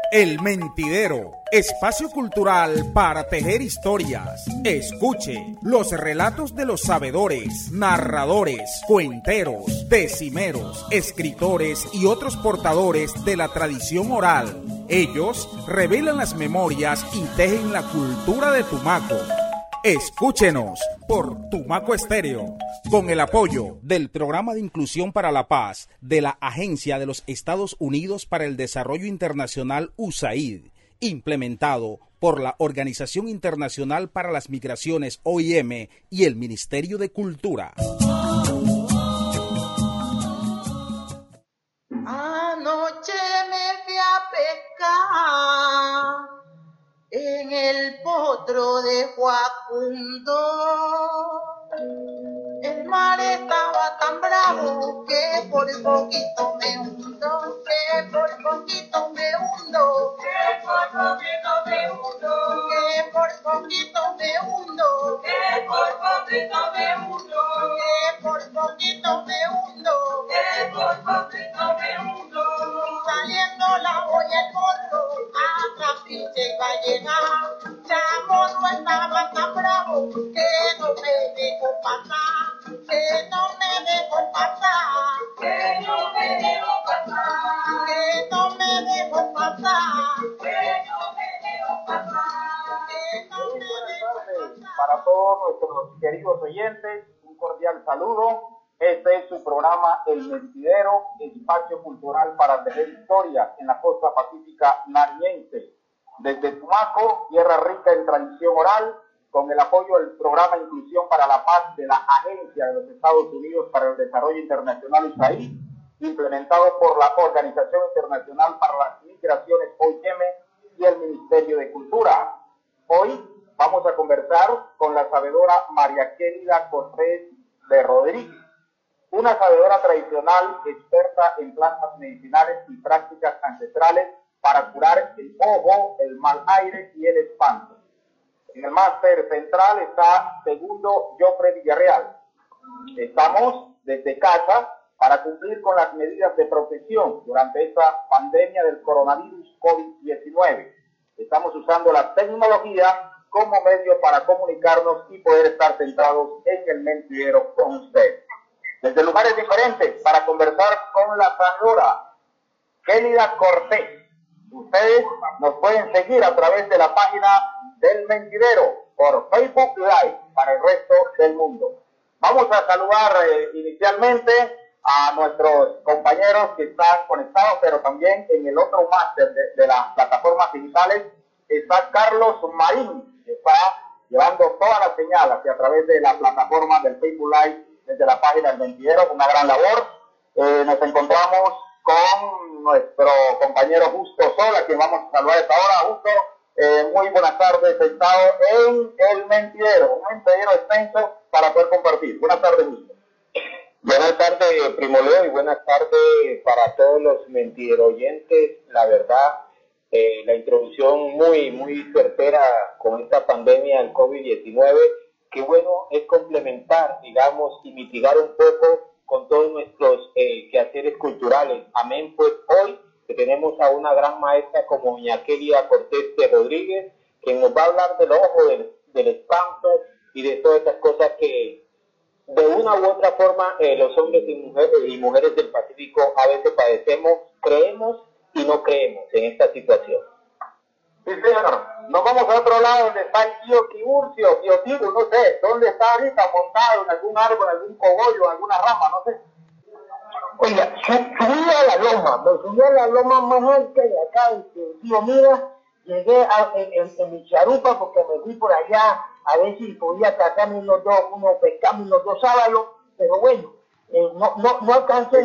El Mentidero, espacio cultural para tejer historias. Escuche los relatos de los sabedores, narradores, cuenteros, decimeros, escritores y otros portadores de la tradición oral. Ellos revelan las memorias y tejen la cultura de Tumaco. Escúchenos por Tumaco Estéreo, con el apoyo del Programa de Inclusión para la Paz de la Agencia de los Estados Unidos para el Desarrollo Internacional USAID, implementado por la Organización Internacional para las Migraciones OIM y el Ministerio de Cultura. Anoche me fui a pescar en el potro de Facundo. El mar estaba tan bravo que por poquito me hundo, que por poquito me hundo, que por poquito me hundo, que por poquito me hundo, que por poquito me hundo, que por poquito me hundo, que por poquito me hundo. Saliendo la olla el morro, a Trapiche iba a llegar. Chamo no estaba tan bravo que no me dejó pasar, que no me dejó pasar, que no me dejó pasar, que no me dejó pasar, que no me dejó pasar, que no me dejó pasar. Para todos nuestros queridos oyentes, un cordial saludo. Este es su programa El Mentidero, espacio cultural para tejer historias en la costa pacífica nariñense. Desde Tumaco, tierra rica en tradición oral, con el apoyo del Programa Inclusión para la Paz de la Agencia de los Estados Unidos para el Desarrollo Internacional USAID, implementado por la Organización Internacional para las Migraciones OIM y el Ministerio de Cultura. Hoy vamos a conversar con la sabedora María Kélida Cortés de Rodríguez, una sabedora tradicional experta en plantas medicinales y prácticas ancestrales para curar el ojo, el mal aire y el espanto. En el máster central está segundo Jofre Villarreal. Estamos desde casa para cumplir con las medidas de protección durante esta pandemia del coronavirus COVID-19. Estamos usando la tecnología como medio para comunicarnos y poder estar centrados en el mentidero con usted. Desde lugares diferentes para conversar con la sabedora Kélida Cortés. Ustedes nos pueden seguir a través de la página del Mentidero por Facebook Live para el resto del mundo. Vamos a saludar inicialmente a nuestros compañeros que están conectados, pero también en el otro máster de las plataformas digitales está Carlos Marín, que está llevando toda la señal hacia través de la plataforma del Facebook Live desde la página del Mentidero, una gran labor. Nos encontramos con nuestro compañero Justo Sol, a quien vamos a saludar a esta hora. Justo, muy buenas tardes, sentado en el Mentidero, un mentidero extenso para poder compartir. Buenas tardes, Justo. Buenas tardes, Primo Leo, y buenas tardes para todos los mentidero oyentes. La verdad, la introducción muy certera con esta pandemia del COVID-19. Qué bueno es complementar, digamos, y mitigar un poco con todos nuestros quehaceres culturales. Amén, pues hoy que tenemos a una gran maestra como doña Kélida Cortés de Rodríguez, quien nos va a hablar del ojo, del espanto y de todas estas cosas que de una u otra forma los hombres y mujeres del Pacífico a veces padecemos, creemos y no creemos en esta situación. Sí, señor. Nos vamos a otro lado donde está el tío Tiburcio, tío Tibu, no sé, ¿dónde está ahorita? Montado en algún árbol, en algún cogollo, en alguna rama, no sé. Oiga, subí a la loma, me subí a la loma más alta de acá, tío, mira, llegué en mi charupa porque me fui por allá a ver si podía cazarme pescarme unos dos sábalos, pero bueno, no alcancé,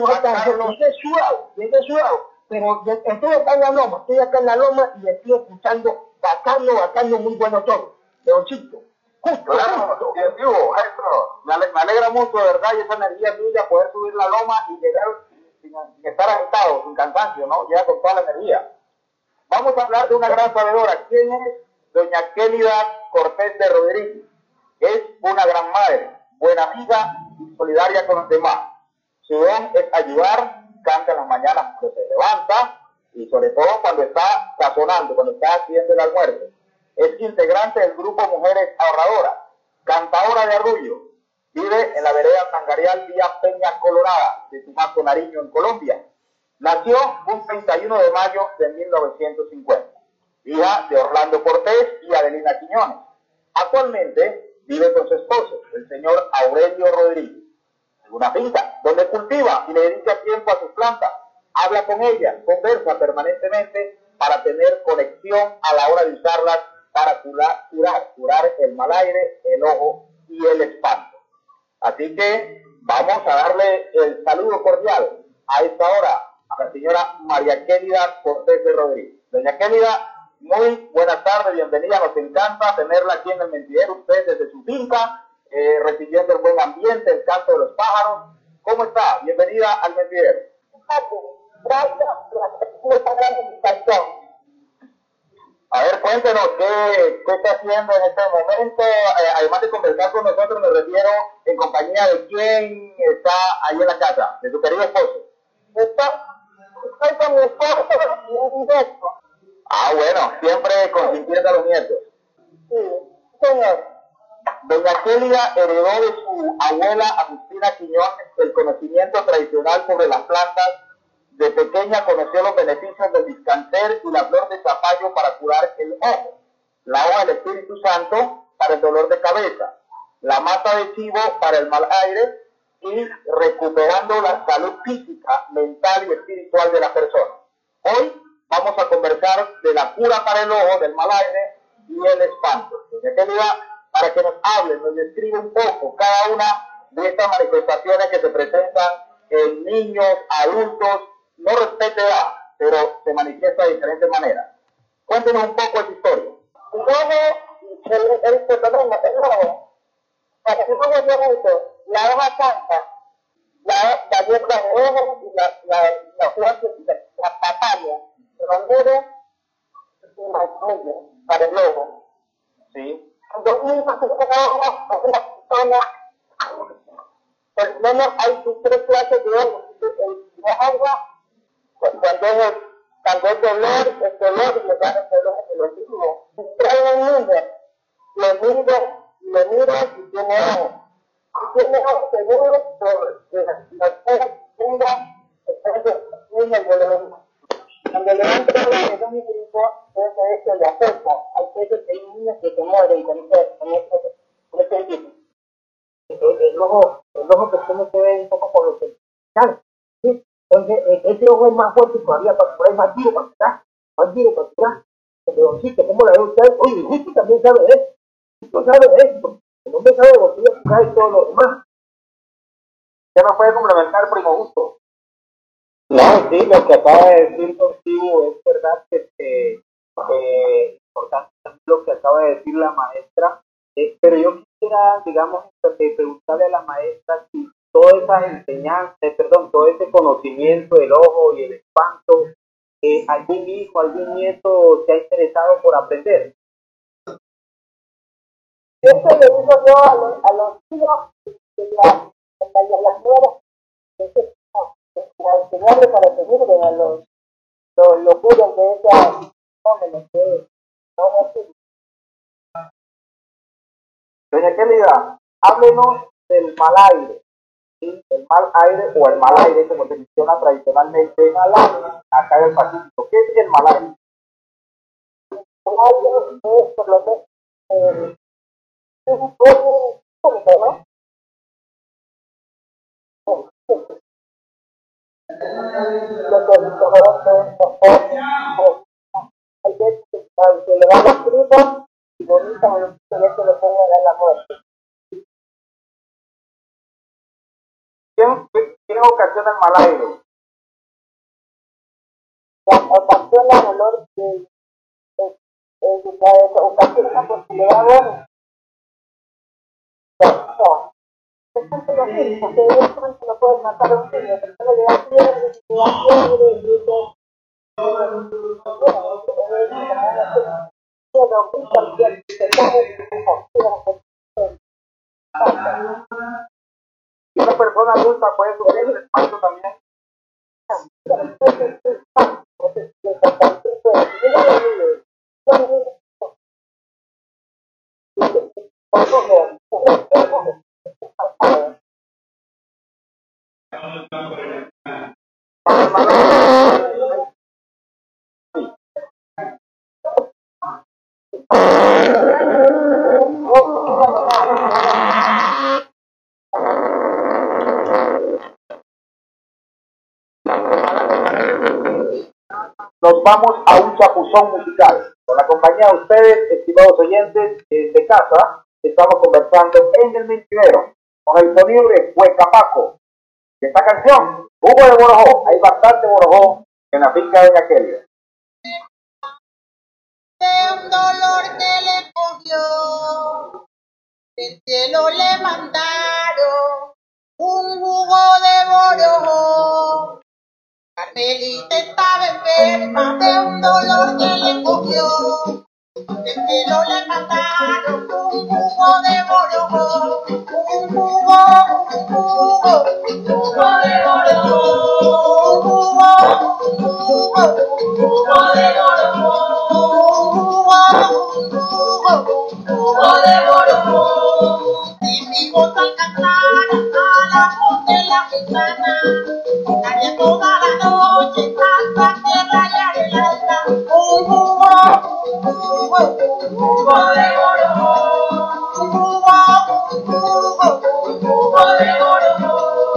llegué sudado. Pero estoy acá en la loma y estoy escuchando bacano, muy bueno todo. Leoncito, justo. Claro, maestro, me alegra mucho, de verdad, y esa energía tuya, poder subir la loma y llegar sin estar agitado, sin cansancio, ¿no? Llega con toda la energía. Vamos a hablar de una gran sabedora. ¿Quién es doña Kélida Cortés de Rodríguez? Es una gran madre, buena amiga y solidaria con los demás. Su don es ayudar, canta en las mañanas cuando se levanta y sobre todo cuando está desayunando, cuando está haciendo el almuerzo. Es integrante del grupo Mujeres Ahorradoras, cantadora de arrullo. Vive en la vereda Sangarial, vía Peña Colorada, de Tumaco, Nariño, en Colombia. Nació un 31 de mayo de 1950. Hija de Orlando Cortés y Adelina Quiñones. Actualmente vive con su esposo, el señor Aurelio Rodríguez, en una finca donde cultiva y le dedica tiempo a sus plantas. Habla con ellas, conversa permanentemente para tener conexión a la hora de usarlas para curar el mal aire, el ojo y el espanto. Así que vamos a darle el saludo cordial a esta hora a la señora María Kélida Cortés de Rodríguez. Doña Kélida, muy buenas tardes, bienvenida, nos encanta tenerla aquí en el mentidero, usted desde su finca, recibiendo el buen ambiente, el canto de los pájaros. ¿Cómo está? Bienvenida al mentidero. Gracias por esta gran invitación. A ver, cuéntenos, ¿qué está haciendo en este momento? Además de conversar con nosotros, me refiero en compañía de quién está ahí en la casa, de su querido esposo. Estoy con mi esposo y un nieto. Ah, bueno, siempre consintiendo a los nietos. Sí, señor. Doña Kélida heredó de su abuela Agustina Quiñones el conocimiento tradicional sobre las plantas. De pequeña conoció los beneficios del discanter y la flor de zapallo para curar el ojo, la hoja del Espíritu Santo para el dolor de cabeza, la mata de chivo para el mal aire y recuperando la salud física, mental y espiritual de la persona. Hoy vamos a conversar de la cura para el ojo, del mal aire y el espanto. Doña Kélida, para que nos hable, nos describe un poco cada una de estas manifestaciones que se presentan en niños, adultos, no respete edad, pero se manifiesta de diferentes maneras. Cuéntenos un poco esa historia. El lobo, para que ponga yo mucho, la hoja santa, la hierba de ojo y la papaya, rondero y martillo para el lobo. Sí. Cuando uno se a una persona, por lo menos hay tres clases de ojo. El agua, cuando es dolor, el dolor y le da el dolor de los hijos. Trae un niño, lo mira y tiene ojo. Y tiene ojo seguro por la tenga, entonces tiene el dolor. Cuando le dan todo el dolor y grito, eso le afecta. Hay veces que hay niños que se mueren con ese tipo. El ojo que tiene que ver un poco con lo que ¿sí? Entonces, ese ojo es más fuerte todavía, por ahí más tiro para atrás, Pero sí, ¿cómo la ve usted? Oye, justo también sabe de eso. Justo sabe de eso. El hombre sabe de botella, cae todo lo demás. ¿Ya nos puede complementar, primo Justo? No, sí, lo que acaba de decir contigo es verdad que importante lo que acaba de decir la maestra, pero yo quisiera, digamos, preguntarle a la maestra si toda esa enseñanza, todo ese conocimiento del ojo y el espanto, algún hijo, algún nieto se ha interesado por aprender. Eso le digo yo a los hijos de las nuevas, para enseñarles para que sirven a los locuras de esas jóvenes que son así. Doña Kélida, háblenos del mal aire. ¿Sí? El mal aire o el mal aire, como se menciona tradicionalmente acá en el Pacífico. ¿Qué es el mal aire? El aire es por lo menos un poco cómico, ¿no? Hay veces que le dan las tripas y vomitan y eso le puede dar la muerte. ¿Quién ocasiona el mal aire? Ocasiona el olor que ocasiona porque le da bueno. Porque no pueden matar a un niño, pero le da fiebre, ¿Y una persona adulta puede sufrir el espanto también? Nos vamos a un chapuzón musical. Con la compañía de ustedes, estimados oyentes de casa, estamos conversando en el mentidero con el sonido de Huecapaco. Esta canción, Hugo de Borojó, hay bastante Borojó en la finca de Doña Kelia. De un dolor que le cogió, del cielo le mandaron un jugo de borojó. Carmelita estaba enferma de un dolor que le cogió, del cielo le mandaron un jugo de borojó, un jugo de borojó, un jugo de borojó, jugo de borojó. Y mi voz al cantar a la voz de la gitana, estaría toda la noche hasta que rayara el alba. Un jugo de borojó, un jugo de borojó,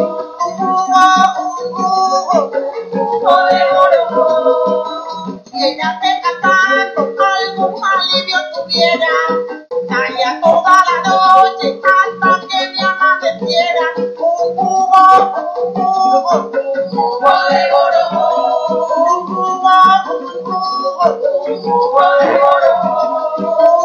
jugo de borojó. Si ella te cantando algún alivio tuviera, estaría toda la noche hasta que me amaneciera. Un jugo de borojó, un jugo de borojó,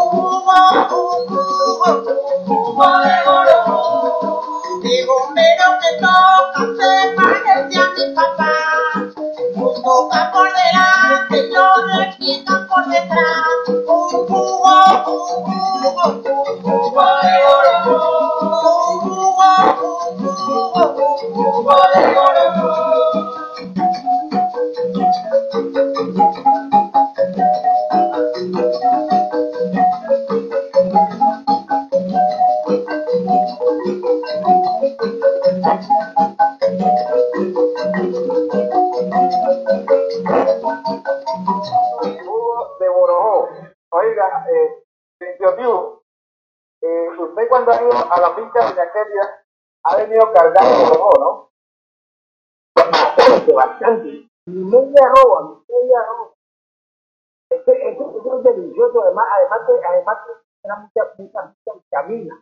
jugo de borojó. Mi bombero que toca se parece a mi papá, lo toca por delante y lo repica por detrás. Un jugo de borojó, un jugo de borojó. De Borojó. Oiga, Dios mío, usted cuando ha ido a la finca de Doña Kelia ha venido cargando Borojó, ¿no? Bastante. Mi media roba. Eso es delicioso, además que era mucha vitamina.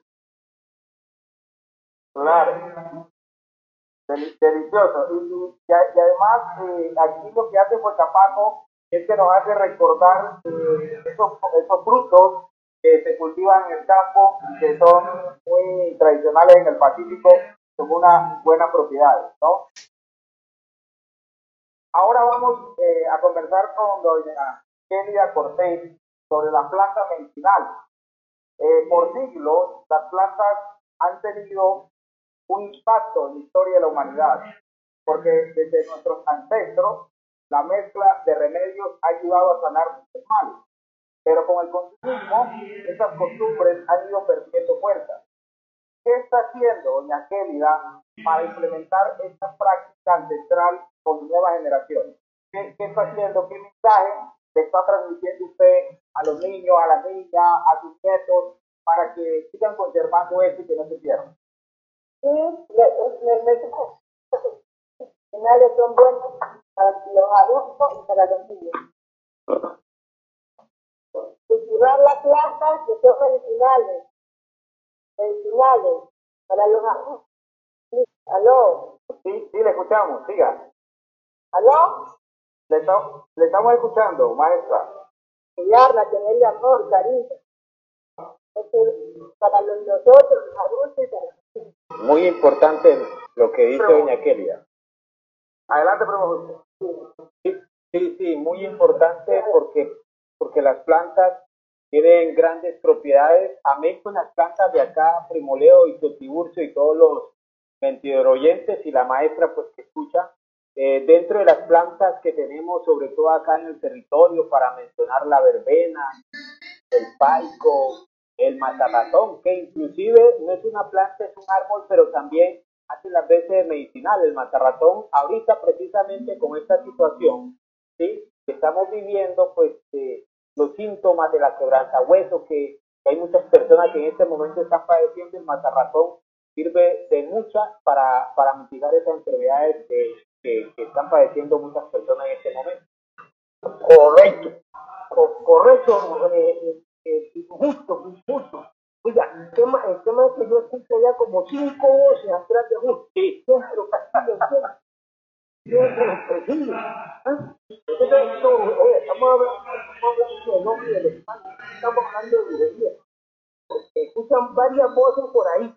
Claro. Delicioso. Y además, aquí lo que hace Huecapaco es que nos hace recordar esos frutos que se cultivan en el campo, que son muy tradicionales en el Pacífico, con una buena propiedad, ¿no? Ahora vamos a conversar con doña Kelia Cortés sobre la planta medicinal. Por siglos, las plantas han tenido un impacto en la historia de la humanidad, porque desde nuestros ancestros la mezcla de remedios ha ayudado a sanar muchos males, pero con el consumismo esas costumbres han ido perdiendo fuerza. ¿Qué está haciendo doña Kelia para implementar esta práctica ancestral con nuevas generaciones? ¿Qué está haciendo? ¿Qué mensaje le está transmitiendo usted a los niños, a las niñas, a sus nietos, para que sigan conservando esto y que no se pierdan? Sí, los médicos medicinales son buenos para los adultos y para los niños. Cultivar las plantas que son medicinales para los adultos. ¿Aló? Sí, le escuchamos, siga. ¿Aló? Le estamos escuchando, maestra. Cuidarla, tenerle amor, cariño. Para nosotros, los adultos y para los niños. Muy importante lo que dice doña Kelia. Adelante, profesor. Sí, muy importante porque las plantas tienen grandes propiedades. Amén con las plantas de acá, Primoleo y Totiburcio y todos los mentideroyentes y la maestra pues que escucha. Dentro de las plantas que tenemos, sobre todo acá en el territorio, para mencionar la verbena, el paico, el mataratón, que inclusive no es una planta, es un árbol, pero también hacen las veces medicinales, el matarratón. Ahorita precisamente con esta situación, ¿sí?, que estamos viviendo, pues los síntomas de la quebrantahuesos, que hay muchas personas que en este momento están padeciendo, el matarratón sirve de mucha para mitigar esas enfermedades que están padeciendo muchas personas en este momento. Correcto, correcto, justo. Oiga, el tema es que yo escuché ya como 5 voces atrás de justo. Sí. Pero sí. Entonces, oye, estamos hablando del hombre y del espanto, estamos hablando de brujería. Escuchan varias voces por ahí.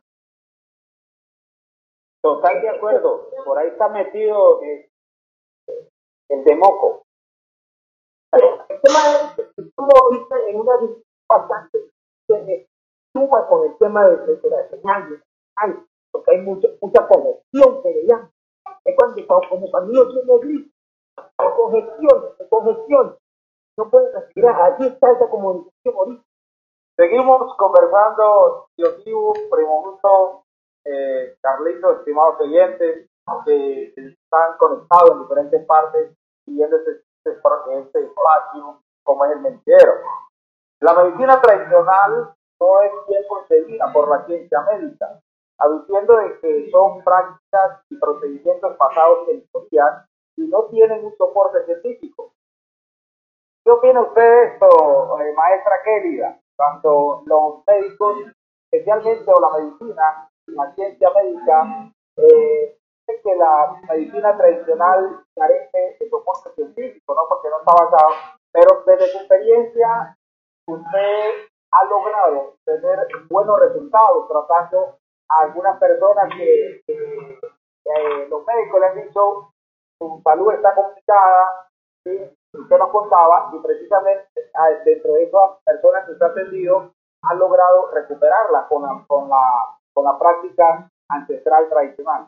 Total de acuerdo. Por ahí está metido el de moco. Pero el tema es que estamos ahorita en una discusión bastante suma con el tema de la señal, porque hay mucha congestión que le llaman. Es como cuando uno tiene gripe, congestión, no puede respirar. Aquí está esa comunicación ahorita. Seguimos conversando, tío Tibu, primo Justo, Carlitos, estimados oyentes, que están conectados en diferentes partes siguiendo este espacio como es el mentidero. La medicina tradicional no es bien concebida por la ciencia médica, aduciendo de que son prácticas y procedimientos basados en teoría y no tienen un soporte científico. ¿Qué opina usted de esto, maestra Kélida? Cuando los médicos, especialmente o la medicina, la ciencia médica, dice que la medicina tradicional carece de soporte científico, ¿no? Porque no está basado, pero desde su experiencia, usted ha logrado tener buenos resultados tratando a algunas personas que los médicos le han dicho su salud está complicada, ¿sí? Usted nos contaba, y precisamente dentro de esas personas que usted ha atendido han logrado recuperarla con la práctica ancestral tradicional.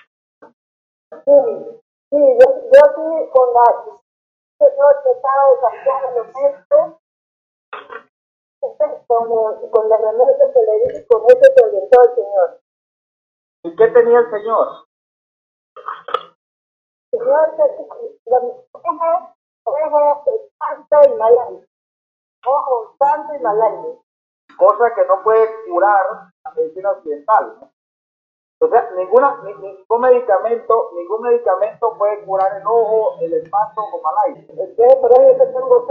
Sí, yo aquí con la señor que estaba desarrollando los médicos, con los remedios que le di, con eso se orientó el señor. ¿Y qué tenía el señor? Señor, ojo, santo y maligno. Ojo, santo y maligno. Cosa que no puede curar la medicina occidental, ¿no? O sea, ningún medicamento puede curar el ojo, el espanto o malaria. Pero es que tengo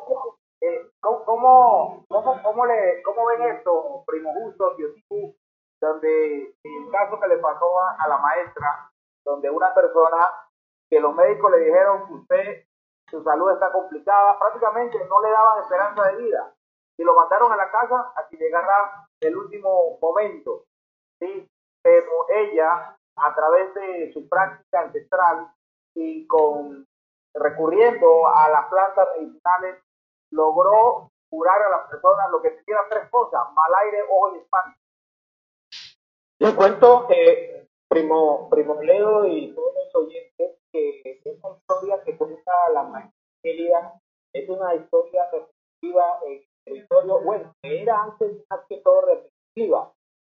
¿Cómo ven esto, primo Justo, tío Tibu, donde el caso que le pasó a la maestra, donde una persona que los médicos le dijeron que usted, su salud está complicada, prácticamente no le daban esperanza de vida, y lo mandaron a la casa a que llegara el último momento, ¿sí? Pero ella, a través de su práctica ancestral y recurriendo a las plantas medicinales, logró curar a las personas lo que tenía 3 cosas: mal aire, ojo y espanto. Les cuento, primo Leo y todos los oyentes, que esta historia que cuenta la maestra Kélida es una historia repetitiva en el territorio, bueno, que era antes más que todo repetitiva,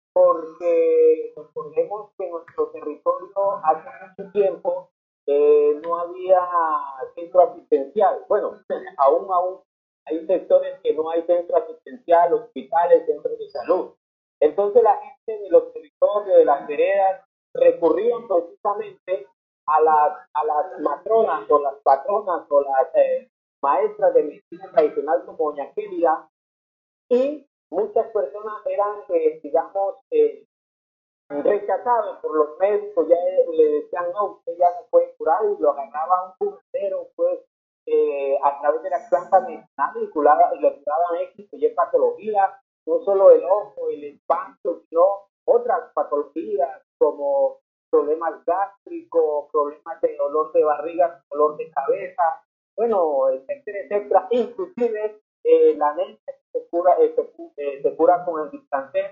porque recordemos que en nuestro territorio hace mucho tiempo no había centro asistencial. Bueno, aún hay sectores que no hay centro asistencial, hospitales, centros de salud. Entonces la gente de los territorios, de las veredas, recurrían precisamente a las matronas o las patronas o las maestras de medicina tradicional como doña Kélida, y muchas personas eran, digamos, rechazados por los médicos, ya le decían, no, usted ya no puede curar, y lo agarraban un curandero, pues, a través de las plantas medicinales y le curaban X y Y patologías, no solo el ojo, el espanto, sino otras patologías como problemas gástricos, problemas de dolor de barriga, dolor de cabeza, bueno, etcétera, etcétera. Inclusive la anemia se cura con el Discantel,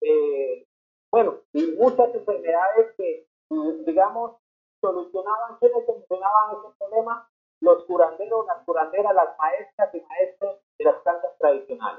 bueno, y muchas enfermedades que, digamos, ¿quiénes solucionaban ese problema? Los curanderos, las curanderas, las maestras y maestros de las plantas tradicionales.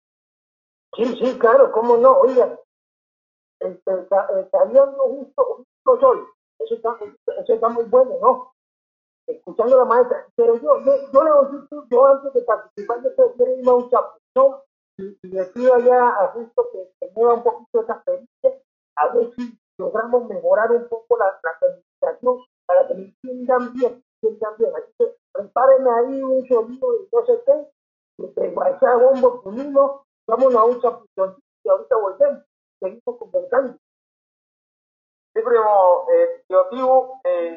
Sí, claro, cómo no, oiga, estaríamos justo profesor, eso está muy bueno, ¿no? Escuchando a la maestra, pero yo le voy a decir, yo antes de participar, yo quiero irme a un chapuzón y le pido allá a Justo que mueva un poquito esa experiencia, a ver si logramos mejorar un poco la comunicación para que me entiendan bien. Así que prepárenme ahí un sonido de no sé qué, de guachá, bombo, punino, vamos a un chapuzón y ahorita volvemos, seguimos conversando. Sí, primo, tío Tibu,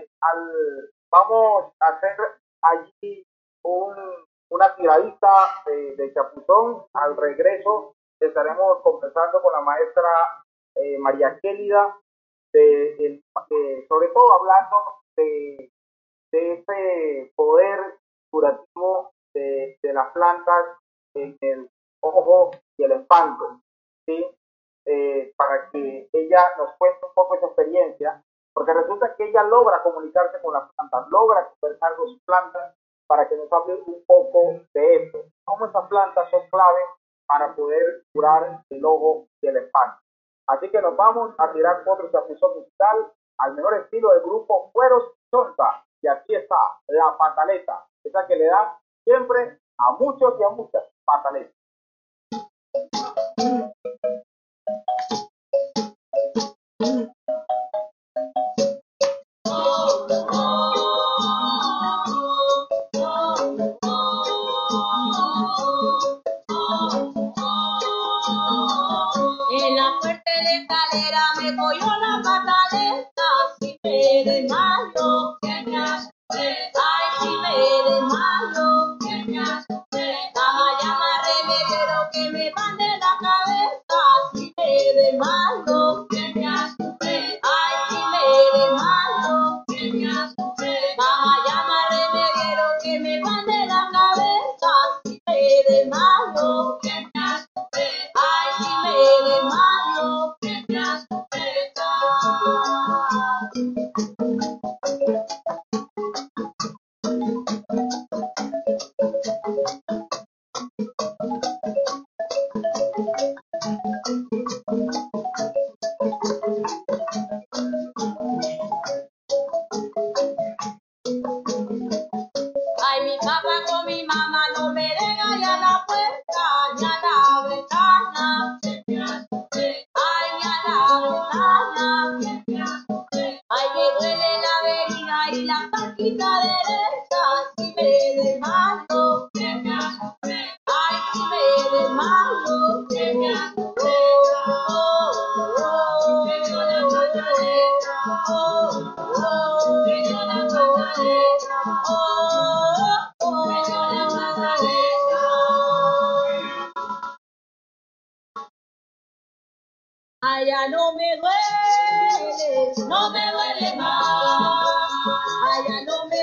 vamos a hacer allí una tiradita de chapuzón. Al regreso estaremos conversando con la maestra María Kélida, sobre todo hablando de ese poder curativo de las plantas en el ojo y el espanto, ¿sí? Para que ella nos cuente un poco esa experiencia, porque resulta que ella logra comunicarse con las plantas, logra conversar con sus plantas para que nos hable un poco de esto, cómo esas plantas son claves para poder curar el ojo y el espanto. Así que nos vamos a tirar otro chapuzón musical al mejor estilo del grupo Cueros Sonsa, y aquí está la pataleta, esa que le da siempre a muchos y a muchas pataletas. En la fuerte de escalera me cogió la pataleta, si me desmayo, que me asusté. Ay, si me desmayo, que me asusté. Mamá llama remediero que me mande la cabeza, si me desmayo, que me asusté. Ay, si me desmayo, que me asusté. Mamá llama remediero que me mande la cabeza, si me desmayo, que me asusté. Ay, si me desmayo, que me asusté. Ay, mi papá con mi mamá no me dejan ya la puerta, ni a la ventana, que me asusté. Ay, ni a la ventana, que me asusté. Ay, me duele la vejiga y la paquita derecha, si me desmayo, que me asusté. Ay, si me desmayo, que me asusté. Que yo la pataleta, que yo la pataleta, que yo la pataleta. Ay, ya no me duele más. Ay, ya no me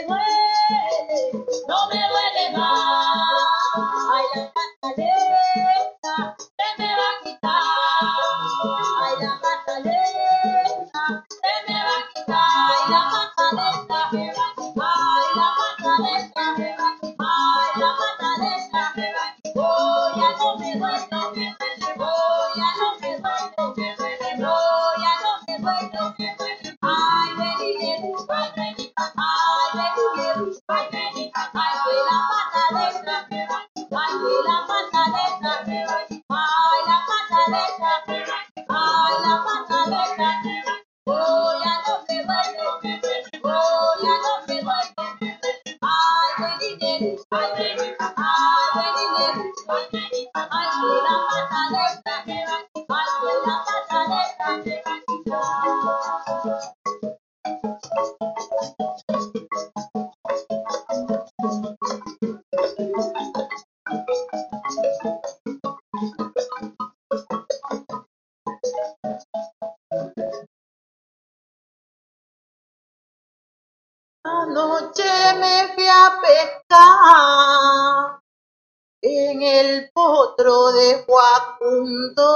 duele más. Ay, la pataleta se me va a quitar. Ay, la pataleta se me va a quitar. Ay, la pataleta me va a quitar. Ay, la pataleta me va a quitar. Ay, la pataleta me va a quitar. Oh, ya no me duele. Oh, ya no me duele. Oh, ya no me duele. Ay, vení, ay, vení, ay, vení, ay, vení, ay, que la pataleta me va a quitar. Ay, que la pataleta me va a quitar. Ay, la pataleta me va a quitar. Ay, la pataleta me va a quitar. Oh, ya no me duele. Oh, ya no me duele. Ay, vení, ay, vení, ay, vení, ay, vení, ay, que la pataleta me va a quitar. Ay, que la pataleta me va a quitar. Anoche me fui a pescar en el potro de Facundo.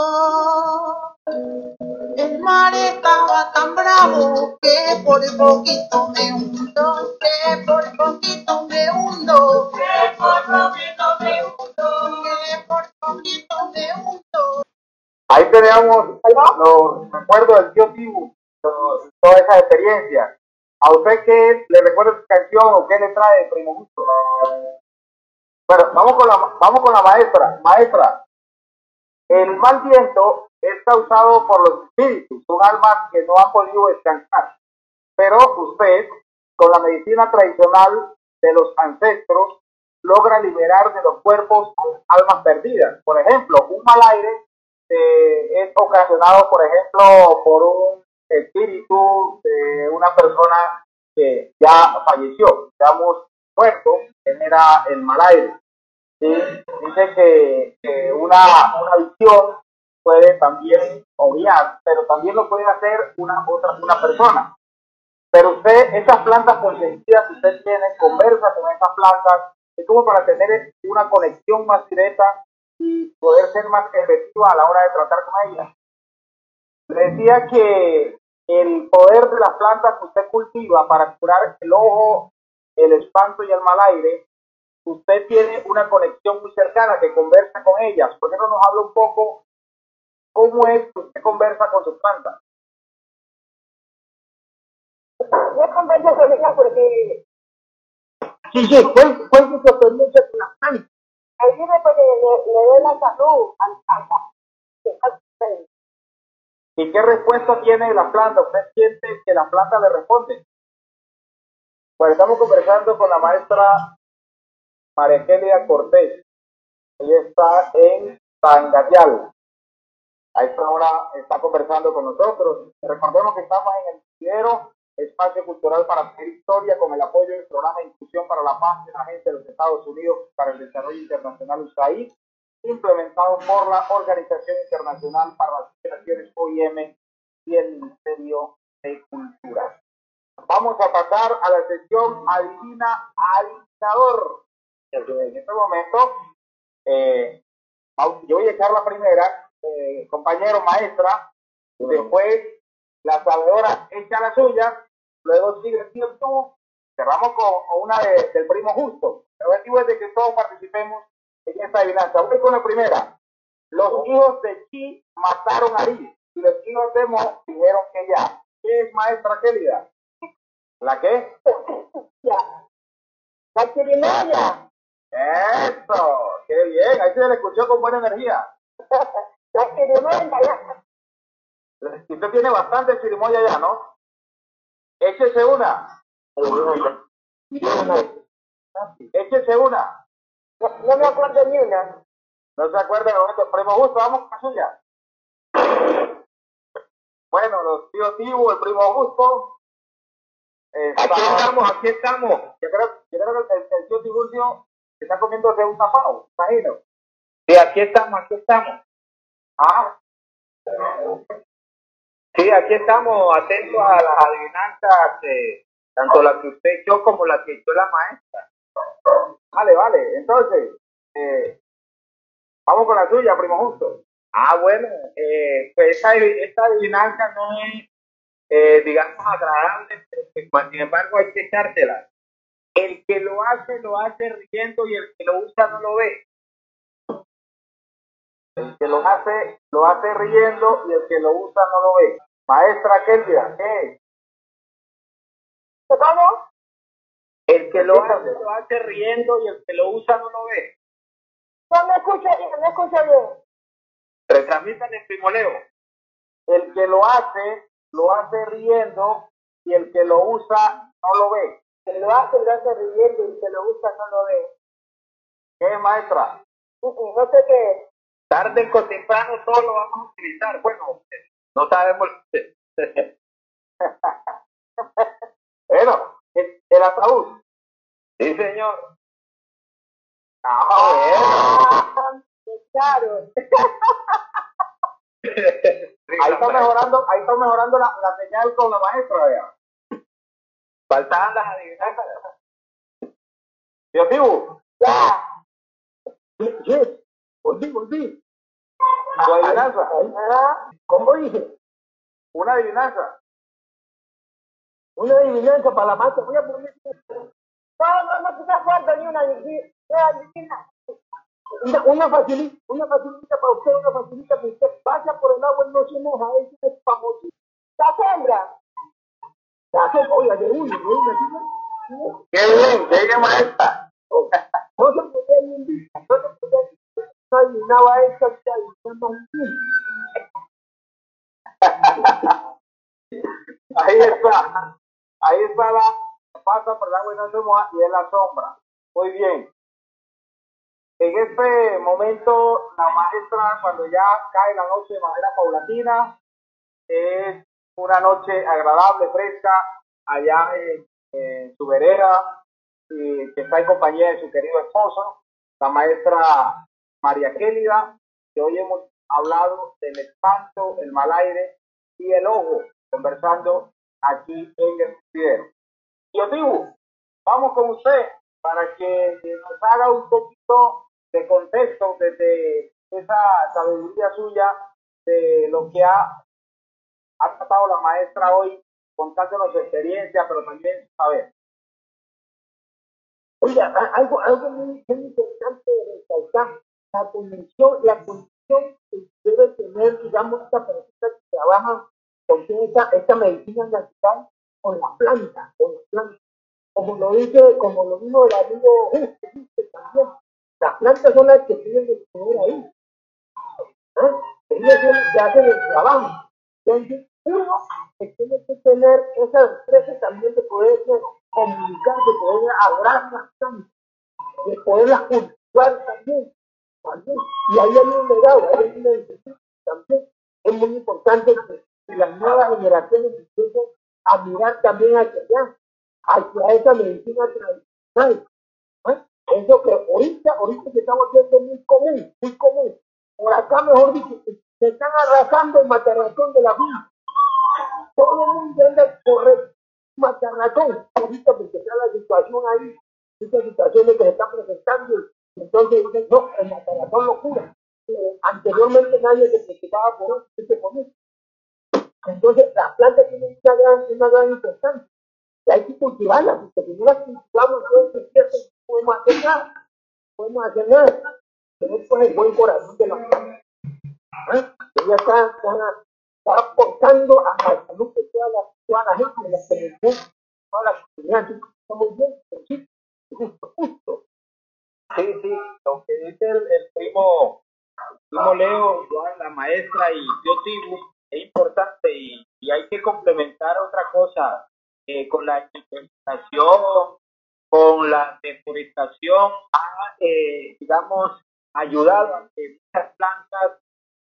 El mar estaba tan bravo que por poquito me hundo, que por poquito me hundo, que por poquito me hundo, que por poquito me hundo. Ahí teníamos los recuerdos del tío Tibu toda esa experiencia. ¿A usted qué le recuerda esta canción o qué le trae, primo Justo? Bueno, vamos con la maestra. Maestra, el mal viento es causado por los espíritus, son almas que no han podido descansar. Pero usted, con la medicina tradicional de los ancestros, logra liberar de los cuerpos almas perdidas. Por ejemplo, un mal aire es ocasionado, por ejemplo, por un espíritu de una persona que ya falleció, digamos, muerto, genera el mal aire. ¿Sí? Dice que una visión puede también obviar, pero también lo puede hacer una persona. Pero usted, esas plantas consentidas que usted tiene, conversa con esas plantas, es como para tener una conexión más directa y poder ser más efectiva a la hora de tratar con ellas. Le decía que el poder de las plantas que usted cultiva para curar el ojo, el espanto y el mal aire, usted tiene una conexión muy cercana que conversa con ellas. ¿Por qué no nos habla un poco cómo es que usted conversa con sus plantas? Yo converso con ella porque... Sí, cuente su experiencia con las plantas. Ahí viene porque le doy la salud al ¿Y qué respuesta tiene la planta? ¿Usted siente que la planta le responde? Pues estamos conversando con la maestra María Angelia Cortés. Ella está en San Gatial. A esta hora está conversando con nosotros. Recordemos que estamos en el Medidero, Espacio Cultural para Tejer Historia, con el apoyo del Programa de Inclusión para la Paz de la Agencia de los Estados Unidos para el Desarrollo Internacional USAID, implementado por la Organización Internacional para las Migraciones OIM y el Ministerio de Cultura. Vamos a pasar a la sesión Adivina Adivinador. En este momento, yo voy a echar la primera, compañero, maestra, después la sabedora echa la suya, luego sigue el tío tú, cerramos con una del primo Justo. El objetivo es de que todos participemos en esta adivinanza. Voy con la primera. Los hijos de Chi mataron a Li y los hijos de Mo dijeron que ya. ¿Qué es, maestra Kélida? ¿La qué? La chirimoya. ¡Eso! ¡Qué bien! Ahí se le escuchó con buena energía. La chirimoya. Usted tiene bastante chirimoya ya, ¿no? Échese una. Échese una. No me acuerdo ni una. ¿No se acuerda de momento? Primo Justo, vamos con la suya. Bueno, los tíos Tibu, el primo Justo. Aquí estamos. Yo creo que el tío Tiburcio está comiéndose un tapado, imagino. Sí, aquí estamos. Ah. Sí, aquí estamos atentos a las adivinanzas, tanto la que usted echó como la que echó la maestra. Vale. Entonces, vamos con la suya, primo Justo. Bueno, pues esta adivinanza no es, digamos, agradable, pero sin embargo hay que echártela. El que lo hace riendo y el que lo usa no lo ve. El que lo hace riendo y el que lo usa no lo ve. Maestra Kélida, ¿qué es? ¿Cómo? El que lo hace riendo y el que lo usa no lo ve. No me escucha bien. Retransmitan el primoleo. El que lo hace riendo y el que lo usa no lo ve. El que lo hace riendo y el que lo usa no lo ve. ¿Qué es, maestra? No sé qué es. Tarde o temprano todos lo vamos a utilizar. Bueno, no sabemos. Bueno, el ataúd. Sí, señor. Claro. Ahí está mejorando la señal con la maestra, vea. Faltaban las adivinanzas. Tío Tibu. Ya. Sí. Volví. ¿Tu adivinanza? ¿Cómo dije? Una adivinanza. Una adivinanza para la maestra. Voy a poner... No te acuerdas ni una adivinanza. Una facilita para usted, una facilita que usted pasa por el agua y no se moja. Eso es famosísimo. La sombra. La sombra, oiga, de uno, ¿sí? Qué bien, maestra. No se podía ni invitar, no se podía ni no adivinaba esta, Ahí está la pasa por el agua y no se moja y es la sombra. Muy bien. En este momento, la maestra, cuando ya cae la noche de manera paulatina, es una noche agradable, fresca, allá en su vereda, y que está en compañía de su querido esposo, la maestra María Kélida, que hoy hemos hablado del espanto, el mal aire y el ojo, conversando aquí en el video. Tío Tibu, vamos con usted para que nos haga un poquito de contexto desde esa sabiduría suya de lo que ha tratado la maestra hoy, contándonos su experiencia, pero también saber. Oiga, algo muy importante de resaltar, la condición que debe tener, digamos, esta persona que trabaja con esta medicina natural con las plantas. Como lo dijo el amigo Justo también, las plantas son las que tienen que tener ahí. Ellos son las que hacen el trabajo. Entonces, uno tiene que tener esa destreza también de poder comunicar, de poder hablar las plantas, de poderlas cultivar también. Y ahí hay un legado, ahí hay una decisión también. Es muy importante que las nuevas generaciones empiecen a mirar también hacia esa medicina tradicional. Eso que ahorita se estamos haciendo muy común. Por acá, mejor dicho, se están arrasando el matarratón de la vida. Todo el mundo anda a correr matarratón. Ahorita porque está la situación ahí, esta situación de que se está presentando. Entonces dicen, no, el matarratón lo cura. Anteriormente nadie se preocupaba por eso. Entonces las plantas tienen una gran importancia. Y hay que cultivarlas, porque si no las cultivamos, entonces no podemos hacer nada. Tener pues el buen corazón de la planta. Ella está aportando a la salud de toda la gente, de la televisión, toda la comunidad. Está muy bien, justo. Sí, lo que dice el primo Leo, la maestra y yo Tibu, es importante y hay que complementar otra cosa con la implementación, con la deforestación, ha, digamos, ayudado a que muchas plantas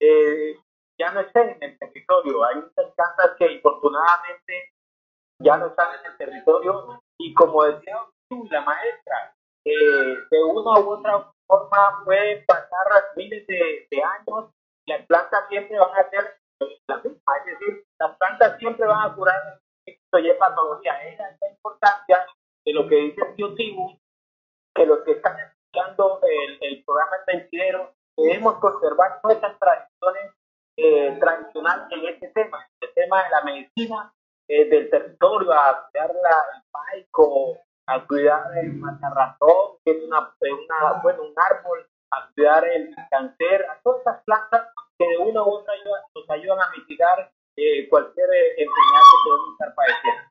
ya no estén en el territorio. Hay muchas plantas que infortunadamente ya no están en el territorio y como decía la maestra, de una u otra forma pueden pasar miles de años, las plantas siempre van a ser las mismas, es decir, las plantas siempre van a curar y patología. Esa es la importancia de lo que dice el tío Tibu, que los que están escuchando el programa El Mentidero debemos conservar nuestras tradiciones tradicionales en este tema, el tema de la medicina del territorio, a cuidar el paico, a cuidar el matarratón, que es un árbol, a cuidar el cáncer, a todas estas plantas que de una u otra nos ayudan a mitigar cualquier enfermedad que podemos estar padeciendo.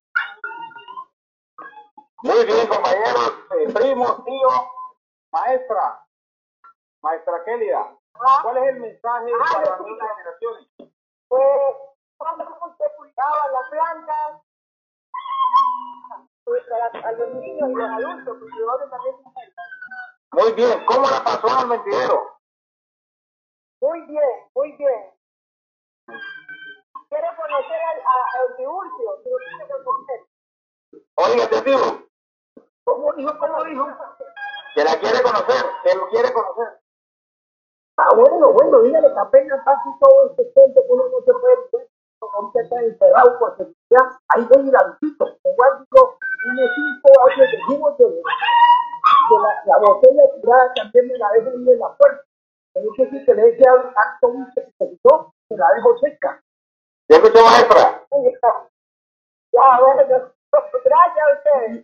Muy bien, compañeros, primos, tíos, maestra Kélida, ¿cuál es el mensaje para las nuevas generaciones? Pues, cuando se cuidaban las plantas, pues a los niños y los adultos, porque ahora también se. Muy bien, ¿cómo la pasó al mentidero? Muy bien. ¿Quiere conocer al Tiburcio? ¿Lo quiere conocer? Oiga, te digo. ¿Cómo dijo? Que la quiere conocer, que lo quiere conocer. Ah, bueno, dígale que apenas casi todo este tiempo que uno no se puede ver, ahorita está encerrado por seguridad, ahí ven la visita. Igual digo, tiene 5 años dijimos que la botella tirada también me la dejo ahí en la puerta. Es decir, que le eche tanto mucho que se quitó, me la dejo seca. ¿Ya escuchó, maestra? Ya, bueno, gracias a ustedes.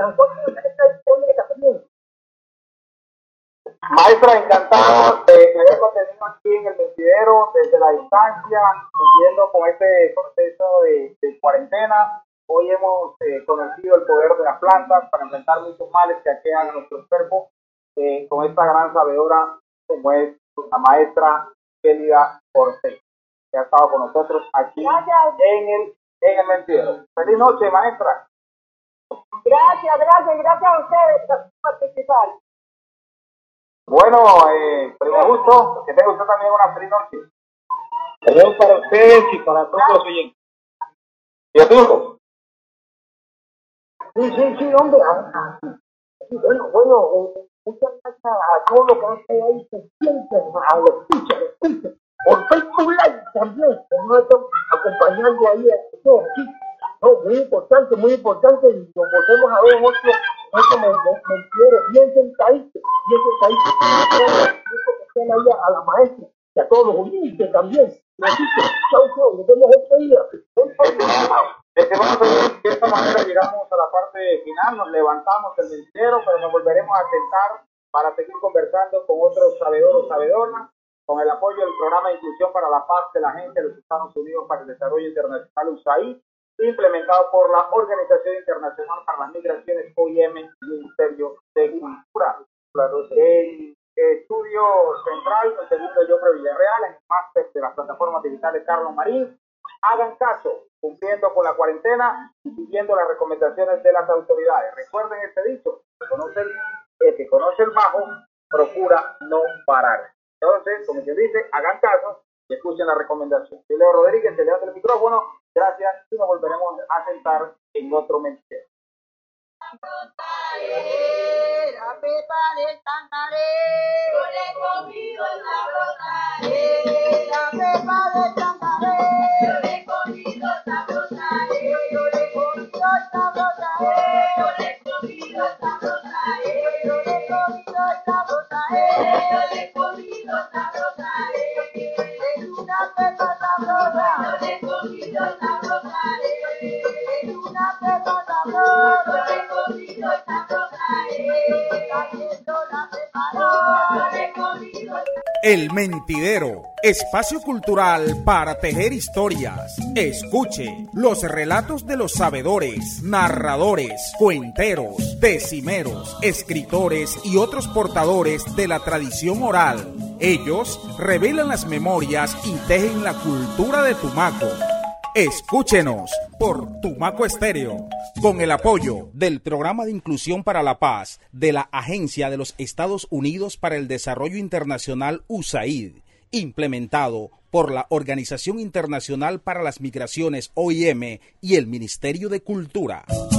Maestra, encantado de contenido aquí en el mentidero desde la distancia, cumpliendo con este proceso de cuarentena. Hoy hemos conocido el poder de las plantas para enfrentar muchos males que aquejan a nuestro cuerpo con esta gran sabedora como es la maestra Kélida Cortés, que ha estado con nosotros aquí en el mentidero. Feliz noche, maestra. Gracias a ustedes por participar. Bueno, primo Justo, que tenga usted también una feliz noche. Saludos para ustedes y para todos los oyentes. ¿Y Arturo? Sí, hombre. Bueno, muchas gracias a todos los que han estado ahí pendientes, a los escuchas, por Facebook Live también, que nos están acompañando ahí a todos aquí. No, muy importante, y nos volvemos a ver en otro mentidero, bien sentadito, que estén ahí a la maestra, y a todos los oyentes también. Así que, chau, nos vemos otro día. De esta manera llegamos a la parte final, nos levantamos del mentidero, pero nos volveremos a sentar para seguir conversando con otros sabedores o sabedoras, con el apoyo del Programa de Inclusión para la Paz de la Gente de los Estados Unidos para el Desarrollo Internacional USAID, implementado por la Organización Internacional para las Migraciones OIM y el Ministerio de Cultura. El estudio central, el segundo Jofre Villarreal, en el máster de las plataformas digitales Carlos Marín. Hagan caso, cumpliendo con la cuarentena y siguiendo las recomendaciones de las autoridades. Recuerden este dicho, el que conoce el bajo, procura no parar. Entonces, como quien dice, hagan caso y escuchen la recomendación. Soy Leo Rodríguez, te levanta el micrófono, gracias y nos volveremos a sentar en otro mentidero. La pepa del tangaré, yo le he comido sabrosa, la pepa del tangaré, yo le he comido sabrosa, yo le he comido sabrosa, yo le he comido sabrosa, yo le he comido sabrosa, yo le he comido sabrosa, es una pepa sabrosa, yo le he comido sabrosa, es una pepa sabrosa, yo le he comido sabrosa, El Mentidero, espacio cultural para tejer historias. Escuche los relatos de los sabedores, narradores, cuenteros, decimeros, escritores y otros portadores de la tradición oral. Ellos revelan las memorias y tejen la cultura de Tumaco. Escúchenos por Tumaco Estéreo, con el apoyo del Programa de Inclusión para la Paz de la Agencia de los Estados Unidos para el Desarrollo Internacional USAID, implementado por la Organización Internacional para las Migraciones OIM y el Ministerio de Cultura.